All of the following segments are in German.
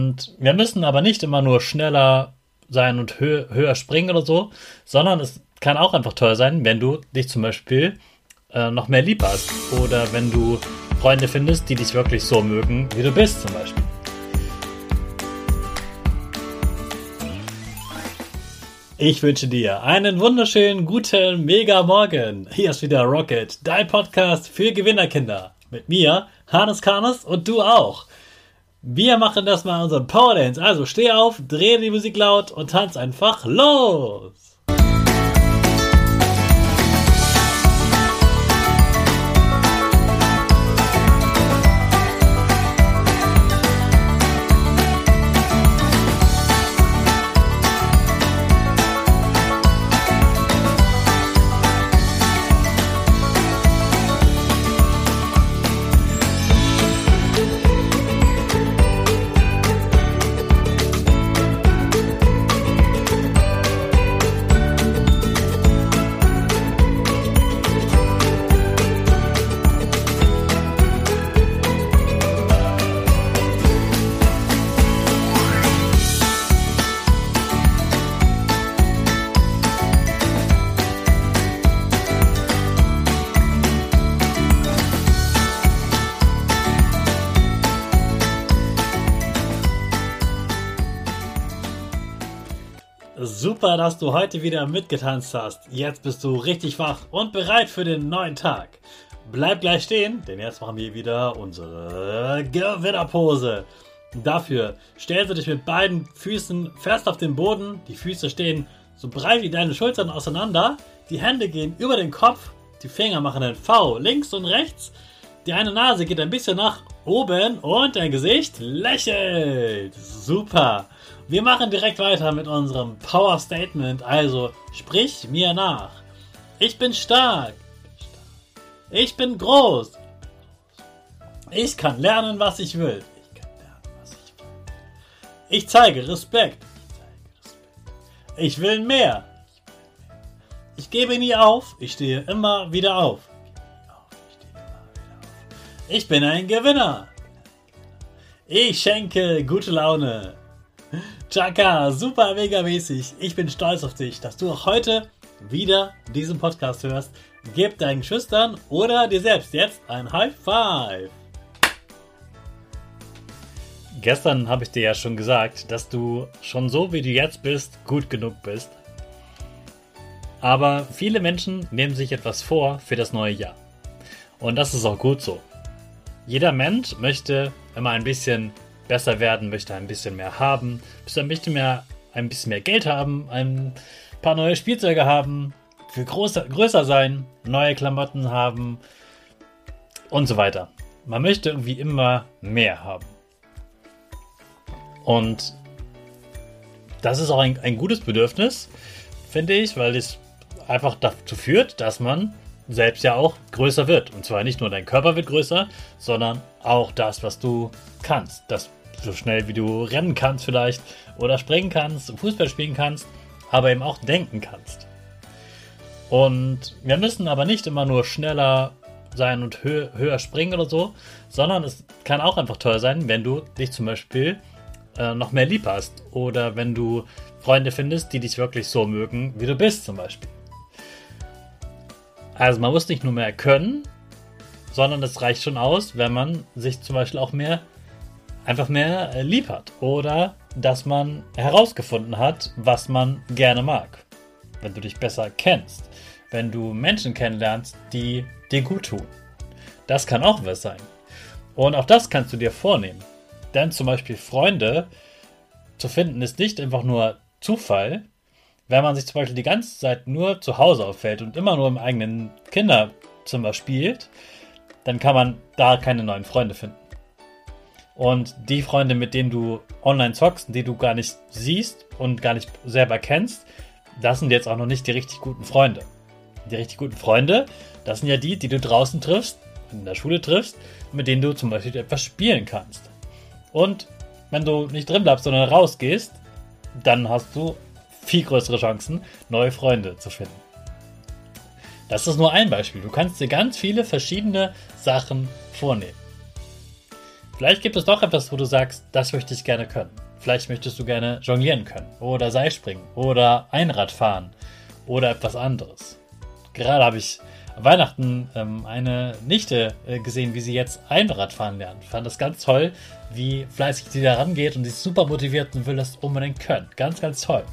Und wir müssen aber nicht immer nur schneller sein und höher springen oder so, sondern es kann auch einfach toll sein, wenn du dich zum Beispiel noch mehr lieb hast oder wenn du Freunde findest, die dich wirklich so mögen, wie du bist zum Beispiel. Ich wünsche dir einen wunderschönen, guten, mega Morgen. Hier ist wieder Rocket, dein Podcast für Gewinnerkinder. Mit mir, Hannes Karnes und du auch. Wir machen das mal unseren Power Dance. Also steh auf, dreh die Musik laut und tanz einfach los. Super, dass du heute wieder mitgetanzt hast. Jetzt bist du richtig wach und bereit für den neuen Tag. Bleib gleich stehen, denn jetzt machen wir wieder unsere Gewinnerpose. Dafür stellst du dich mit beiden Füßen fest auf den Boden. Die Füße stehen so breit wie deine Schultern auseinander. Die Hände gehen über den Kopf. Die Finger machen ein V links und rechts. Die eine Nase geht ein bisschen nach oben und dein Gesicht lächelt. Super. Wir machen direkt weiter mit unserem Power Statement. Also sprich mir nach. Ich bin stark. Ich bin groß. Ich kann lernen, was ich will. Ich zeige Respekt. Ich will mehr. Ich gebe nie auf. Ich stehe immer wieder auf. Ich bin ein Gewinner. Ich schenke gute Laune. Chaka, super mega mäßig. Ich bin stolz auf dich, dass du auch heute wieder diesen Podcast hörst. Gib deinen Geschwistern oder dir selbst jetzt ein High Five. Gestern habe ich dir ja schon gesagt, dass du schon so wie du jetzt bist, gut genug bist. Aber viele Menschen nehmen sich etwas vor für das neue Jahr. Und das ist auch gut so. Jeder Mensch möchte immer ein bisschen besser werden, möchte ein bisschen mehr haben, ein bisschen mehr Geld haben, ein paar neue Spielzeuge haben, viel größer sein, neue Klamotten haben und so weiter. Man möchte irgendwie immer mehr haben. Und das ist auch ein gutes Bedürfnis, finde ich, weil es einfach dazu führt, dass man selbst ja auch größer wird. Und zwar nicht nur dein Körper wird größer, sondern auch das, was du kannst. Das so schnell wie du rennen kannst vielleicht oder springen kannst, Fußball spielen kannst, aber eben auch denken kannst. Und wir müssen aber nicht immer nur schneller sein und höher springen oder so, sondern es kann auch einfach toll sein, wenn du dich zum Beispiel noch mehr lieb hast oder wenn du Freunde findest, die dich wirklich so mögen, wie du bist zum Beispiel. Also man muss nicht nur mehr können, sondern es reicht schon aus, wenn man sich zum Beispiel auch einfach mehr lieb hat oder dass man herausgefunden hat, was man gerne mag. Wenn du dich besser kennst, wenn du Menschen kennenlernst, die dir gut tun. Das kann auch was sein. Und auch das kannst du dir vornehmen. Denn zum Beispiel Freunde zu finden ist nicht einfach nur Zufall. Wenn man sich zum Beispiel die ganze Zeit nur zu Hause aufhält und immer nur im eigenen Kinderzimmer spielt, dann kann man da keine neuen Freunde finden. Und die Freunde, mit denen du online zockst, die du gar nicht siehst und gar nicht selber kennst, das sind jetzt auch noch nicht die richtig guten Freunde. Die richtig guten Freunde, das sind ja die du draußen triffst, in der Schule triffst, mit denen du zum Beispiel etwas spielen kannst. Und wenn du nicht drin bleibst, sondern rausgehst, dann hast du viel größere Chancen, neue Freunde zu finden. Das ist nur ein Beispiel. Du kannst dir ganz viele verschiedene Sachen vornehmen. Vielleicht gibt es doch etwas, wo du sagst, das möchte ich gerne können. Vielleicht möchtest du gerne jonglieren können oder Seilspringen oder Einrad fahren oder etwas anderes. Gerade habe ich an Weihnachten eine Nichte gesehen, wie sie jetzt Einrad fahren lernt. Ich fand das ganz toll, wie fleißig sie da rangeht und sie ist super motiviert und will das unbedingt können. Ganz, ganz toll.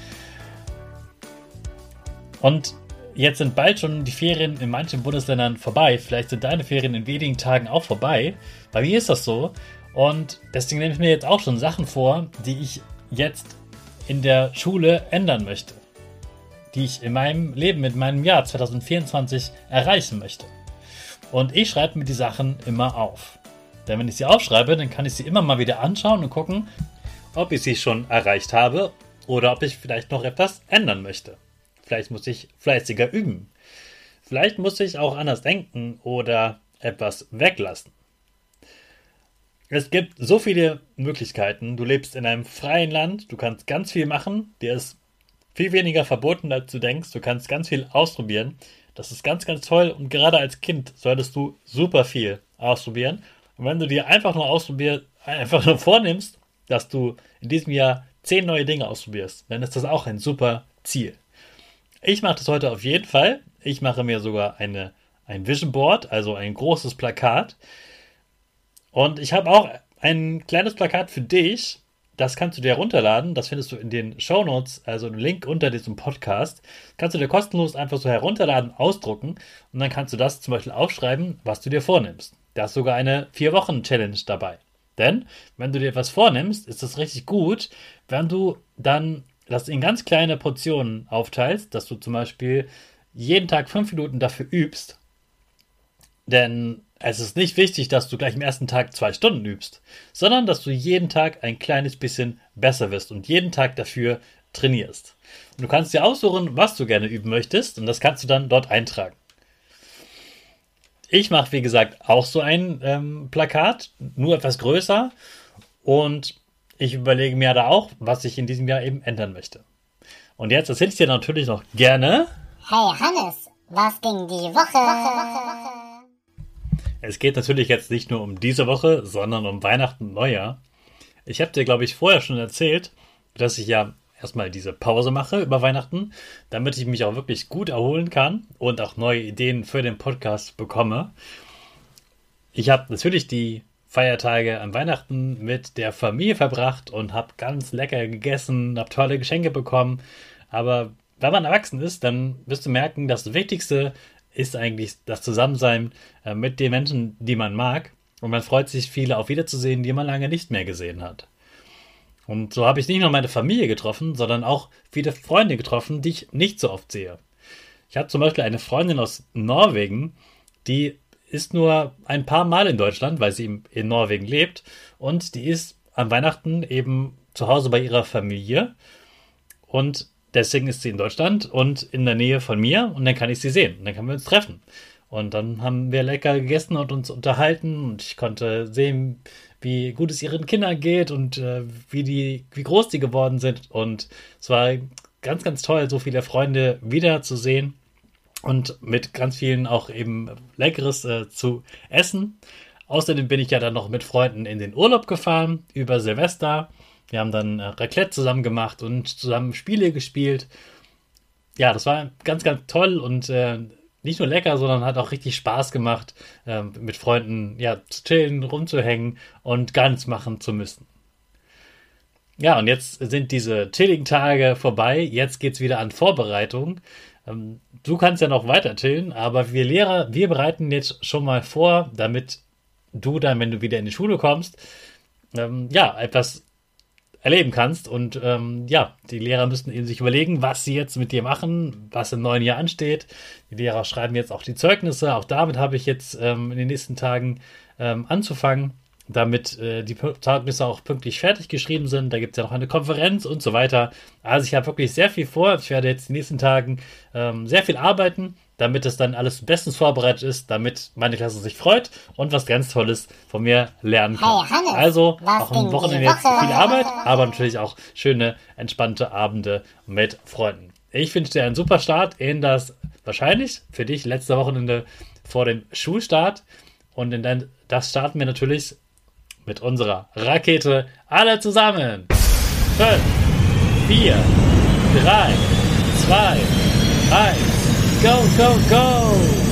Und jetzt sind bald schon die Ferien in manchen Bundesländern vorbei. Vielleicht sind deine Ferien in wenigen Tagen auch vorbei. Bei mir ist das so. Und deswegen nehme ich mir jetzt auch schon Sachen vor, die ich jetzt in der Schule ändern möchte. Die ich in meinem Leben, in meinem Jahr 2024 erreichen möchte. Und ich schreibe mir die Sachen immer auf. Denn wenn ich sie aufschreibe, dann kann ich sie immer mal wieder anschauen und gucken, ob ich sie schon erreicht habe oder ob ich vielleicht noch etwas ändern möchte. Vielleicht muss ich fleißiger üben. Vielleicht muss ich auch anders denken oder etwas weglassen. Es gibt so viele Möglichkeiten. Du lebst in einem freien Land, du kannst ganz viel machen, dir ist viel weniger verboten, als du denkst. Du kannst ganz viel ausprobieren. Das ist ganz, ganz toll und gerade als Kind solltest du super viel ausprobieren. Und wenn du dir einfach nur vornimmst, dass du in diesem Jahr 10 neue Dinge ausprobierst, dann ist das auch ein super Ziel. Ich mache das heute auf jeden Fall. Ich mache mir sogar ein Vision Board, also ein großes Plakat. Und ich habe auch ein kleines Plakat für dich. Das kannst du dir herunterladen. Das findest du in den Shownotes, also einen Link unter diesem Podcast. Kannst du dir kostenlos einfach so herunterladen, ausdrucken. Und dann kannst du das zum Beispiel aufschreiben, was du dir vornimmst. Da ist sogar eine 4-Wochen-Challenge dabei. Denn wenn du dir etwas vornimmst, ist es richtig gut, wenn du dann das in ganz kleine Portionen aufteilst, dass du zum Beispiel jeden Tag 5 Minuten dafür übst. Denn es ist nicht wichtig, dass du gleich am ersten Tag 2 Stunden übst, sondern dass du jeden Tag ein kleines bisschen besser wirst und jeden Tag dafür trainierst. Und du kannst dir aussuchen, was du gerne üben möchtest und das kannst du dann dort eintragen. Ich mache, wie gesagt, auch so ein Plakat, nur etwas größer und ich überlege mir da auch, was ich in diesem Jahr eben ändern möchte. Und jetzt erzähle ich dir natürlich noch gerne. Hey Hannes, was ging die Woche? Es geht natürlich jetzt nicht nur um diese Woche, sondern um Weihnachten und Neujahr. Ich habe dir, glaube ich, vorher schon erzählt, dass ich ja erstmal diese Pause mache über Weihnachten, damit ich mich auch wirklich gut erholen kann und auch neue Ideen für den Podcast bekomme. Ich habe natürlich die Feiertage an Weihnachten mit der Familie verbracht und habe ganz lecker gegessen, habe tolle Geschenke bekommen. Aber wenn man erwachsen ist, dann wirst du merken, das Wichtigste ist eigentlich das Zusammensein mit den Menschen, die man mag. Und man freut sich, viele auch wiederzusehen, die man lange nicht mehr gesehen hat. Und so habe ich nicht nur meine Familie getroffen, sondern auch viele Freunde getroffen, die ich nicht so oft sehe. Ich habe zum Beispiel eine Freundin aus Norwegen, die ist nur ein paar Mal in Deutschland, weil sie in Norwegen lebt. Und die ist an Weihnachten eben zu Hause bei ihrer Familie. Und deswegen ist sie in Deutschland und in der Nähe von mir. Und dann kann ich sie sehen. Und dann können wir uns treffen. Und dann haben wir lecker gegessen und uns unterhalten. Und ich konnte sehen, wie gut es ihren Kindern geht und wie groß die geworden sind. Und es war ganz, ganz toll, so viele Freunde wiederzusehen. Und mit ganz vielen auch eben Leckeres zu essen. Außerdem bin ich ja dann noch mit Freunden in den Urlaub gefahren über Silvester. Wir haben dann Raclette zusammen gemacht und zusammen Spiele gespielt. Ja, das war ganz, ganz toll und nicht nur lecker, sondern hat auch richtig Spaß gemacht, mit Freunden ja, zu chillen, rumzuhängen und gar nichts machen zu müssen. Ja, und jetzt sind diese chilligen Tage vorbei. Jetzt geht's wieder an Vorbereitung. Du kannst ja noch weiter chillen, aber wir Lehrer, wir bereiten jetzt schon mal vor, damit du dann, wenn du wieder in die Schule kommst, etwas erleben kannst. Und die Lehrer müssen eben sich überlegen, was sie jetzt mit dir machen, was im neuen Jahr ansteht. Die Lehrer schreiben jetzt auch die Zeugnisse. Auch damit habe ich jetzt in den nächsten Tagen anzufangen, damit die Zeugnisse auch pünktlich fertig geschrieben sind. Da gibt es ja noch eine Konferenz und so weiter. Also ich habe wirklich sehr viel vor. Ich werde jetzt in den nächsten Tagen sehr viel arbeiten, damit es dann alles bestens vorbereitet ist, damit meine Klasse sich freut und was ganz Tolles von mir lernen kann. Hey Hannes, also auch am Wochenende jetzt viel Arbeit, aber natürlich auch schöne, entspannte Abende mit Freunden. Ich wünsche dir einen super Start in das wahrscheinlich für dich letzte Wochenende vor dem Schulstart. Und das starten wir natürlich mit unserer Rakete alle zusammen. 5, 4, 3, 2, 1, go, go, go!